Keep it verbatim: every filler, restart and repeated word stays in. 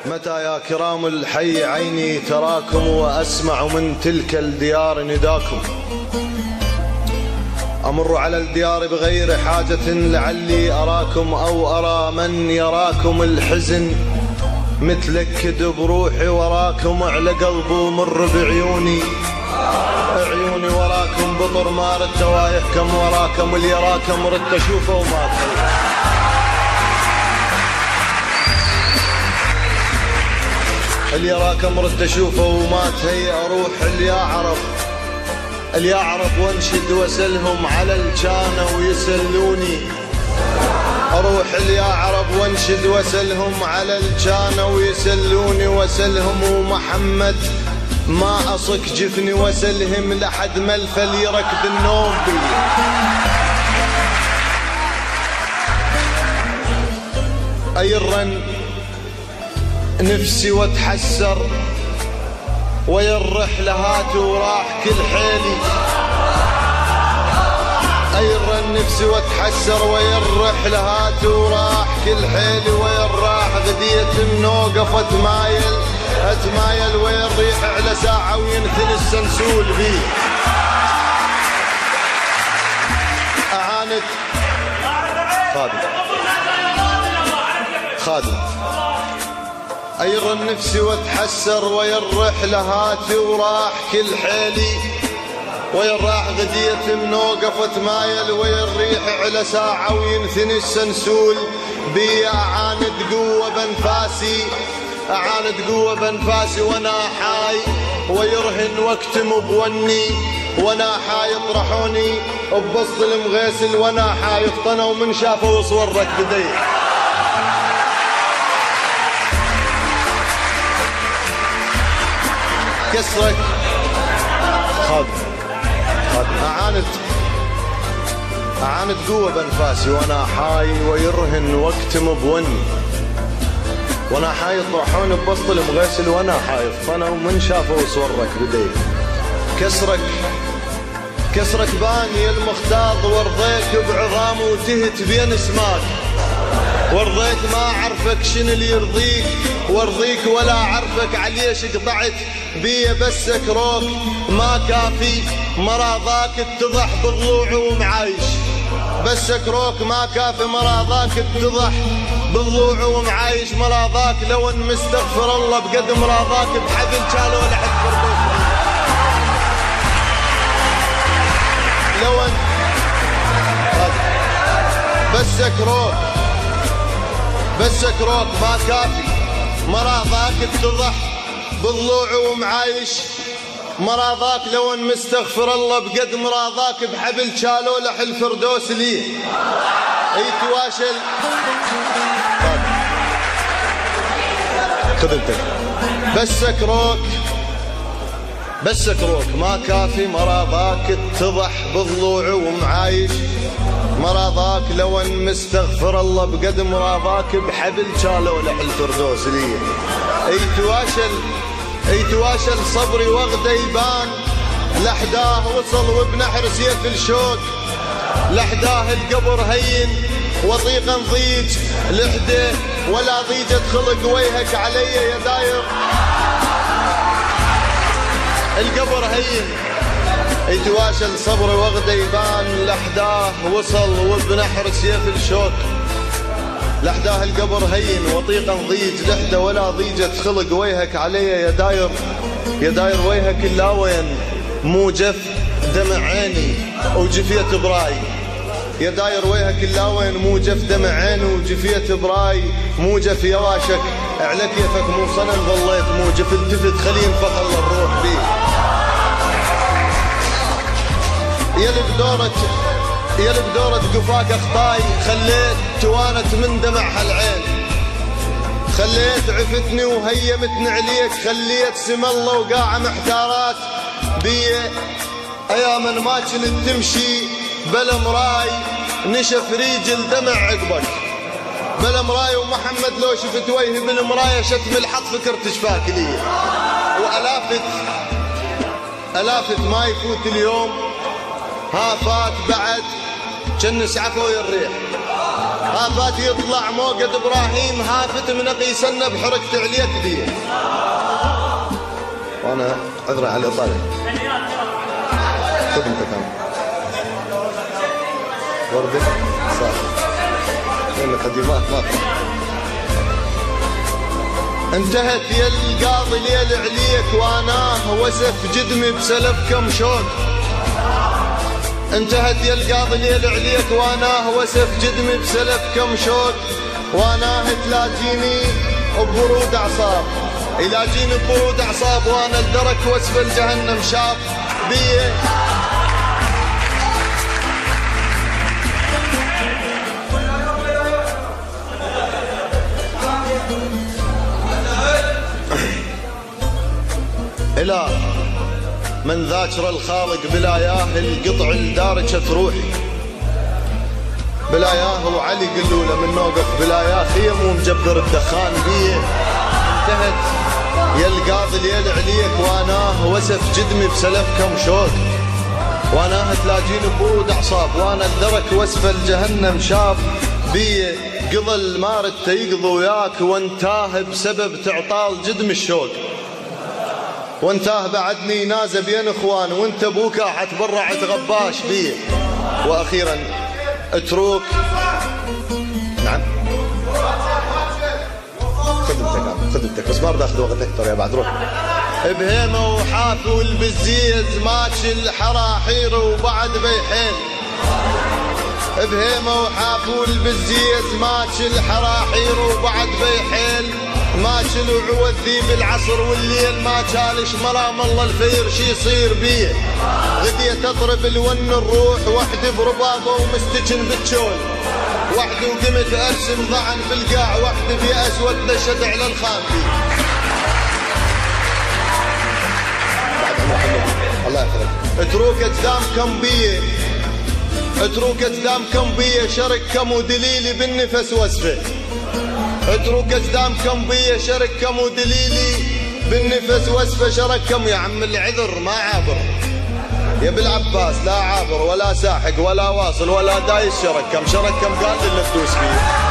متى يا كرام الحي عيني تراكم وأسمع من تلك الديار نداكم. أمر على الديار بغير حاجة لعلي أراكم أو أرى من يراكم. الحزن مثلك بروحي وراكم، على قلبه مر بعيوني عيوني وراكم. بطر ما رد وايحكم وراكم، اللي يراكم رد أشوفه وما تهي. اللي يراكم رد أشوفه وما تهي. أروح اللي أعرف اللي أعرف وانشد واسلهم على الجانة ويسلوني. أروح اللي أعرف وانشد واسلهم على الجانة ويسلوني. واسلهم ومحمد ما أصك جفني، واسلهم لحد ما الفل يركض النوم بي. أيرن نفسي واتحسر ويا الرحلة هات وراح كل حيلي. أيرن نفسي واتحسر ويا الرحلة هات وراح كل حيلي. ويا الراح غدية النوقف اتمايل اتمايل ويا الريح على ساعة وينثني السنسول بي. أعاند خادم خادم أيرن نفسي واتحسر ويا الرحلة هاتي وراح كل حيلي. ويا الراح غدية منوقف وتمايل ويا الريح على ساعة وينثني السنسول بي. أعاند قوة بنفاسي أعاند قوة بنفاسي وانا حاي ويرهن واكتم بوني. وانا حاي يطرحوني ببسط المغيسل وانا حاي افطنوا من شافوا وصورك بدي. كسرك خذ خذ أعاند أعاند قوة بنفاسي وانا حاي ويرهن واكتم بوني. وانا حاي يطرحون ببسط المغسل وانا حايف فانا ومن شافوا صورك بدي. كسرك كسرك باني المختاض ورضيك بعظام وتهت بين اسماك. ورضيك ما عرفك شن اللي يرضيك وارضيك ولا عرفك عليش قطعت بي. بسك روك ما كافي مراضاك اتضح بضلوع ومعايش. بسك روك ما كافي مراضاك اتضح بضلوع ومعايش. مراضاك لو ان مستغفر الله بقد مراضاك بحبل شالوا لحد فردوس. لو ان بسك روك بسك روك ما كافي مراضاك اتضح بضلوع ومعايش. مراضاك لو ان مستغفر الله بقد مراضاك بحبل شالوا لح الفردوس لي. اي تواشل خذلتك. بسك روك بسك روك ما كافي مراضاك اتضح بضلوع ومعايش. مراضاك لو ان مستغفر الله بقد مراضاك بحبل شالوا لح الفردوس لي. اي تواشل اي تواشل صبري وغده يبان. لحداه وصل وبنحر سيف الشوك. لحداه القبر هين وطيقا ضيج لحده ولا ضيجة خلق ويهك علي يا داير. القبر هين يتواشل صبري وغده يبان. لحداه وصل وبنحر سيف الشوك. لحداه القبر هين وطيقا ضيج لحده ولا ضيجة خلق ويهك علي يا داير. يا داير ويهك الا وين مو جف دمع عيني وجفية براي. يا داير ويهك الا وين مو جف دمع عيني وجفية براي. مو جف يواشك على كيفك مو صنم ظليت مو جف. التفت خلي ينفخ الله الروح بيه. يلي بدورة يلي بدورة قفاك اخطاي خليت توانت من دمع هالعين. خليت عفتني وهيمتني عليك. خليت سم الله وقاع محتارات بي. ايام ما كنت تمشي بلا مراي نشف ريجل دمع عقبك. بلا مراي ومحمد لو شفت وجهي بالمرايه شتم الحط فكرت شفاك لي. والافت الافت ما يفوت اليوم ها فات بعد كن سعفوا الريح. هافات يطلع موقد ابراهيم هافت منقي سنه بحركة عليك بيه. وانا عذرا على الاطاله. خذ انت كم ورده صح ولا قديمات ما في. انتهت يا القاضي ليل عليك واناه وسف جدمي بسلف كم شوق. انتهت يا القاضي ليل عليك واناه وسف جدمي بسلف كم شوق. واناه تلاجيني ببرود اعصاب يلاجيني ببرود اعصاب وانا الدرك واسفل جهنم شاف بيه. إلى من ذاكر الخالق بلاياه القطع الدارجة روحي بلاياه وعلي قلوله من نوقف بلاياه خيم ومجبر الدخان بيه. انتهت يا القاضي ليل عليك واناه وسف جدمي بسلف كم شوق. واناه تلاجيني برود اعصاب وانا الدرك واسفل جهنم شاب بيه. قضى المارد يقضي وياك وانتاه بسبب تعطال جدم الشوق. وانتاه بعدني نازه بين اخوان وانت ابوك حتبرع تغباش بيه. واخيرا اترك نعم خدمتك خدمتك بس ما اريد اخذ وقت اكثر يا بعد روح. بهيمه وحافي والبزيز ماشي الحراحير وبعد بيحين. بهيمه وحافي والبزيز ماشي الحراحير وبعد بيحين. ماشي وعوذ ذيب العصر والليل ما كالش مرام الله الفير شي يصير بيه. غدية تطرب الون الروح وحدي برباطه ومستجن بالجول. وحدي وقمت ارسم ضعن في القاع وحدي في اسود نشد على الخان بيه. الله يحفظك. اتروك اجدامكم بيه اتروك اجدامكم بيه شرككم ودليلي بالنفس وسفه. اترك اجدامكم بيه شرككم ودليلي بالنفس وسفه شرككم. يا عم العذر ما عابر يا ابن العباس لا عابر ولا ساحق ولا واصل ولا دايس شرككم. شرككم قال لي اللي تدوس فيه.